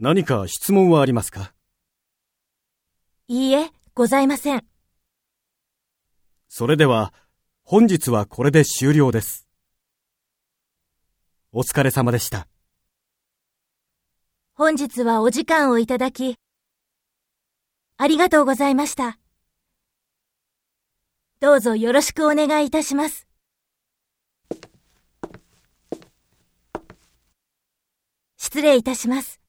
何か質問はありますか？ いいえ、ございません。 それでは、本日はこれで終了です。お疲れ様でした。 本日はお時間をいただき、ありがとうございました。どうぞよろしくお願いいたします。失礼いたします。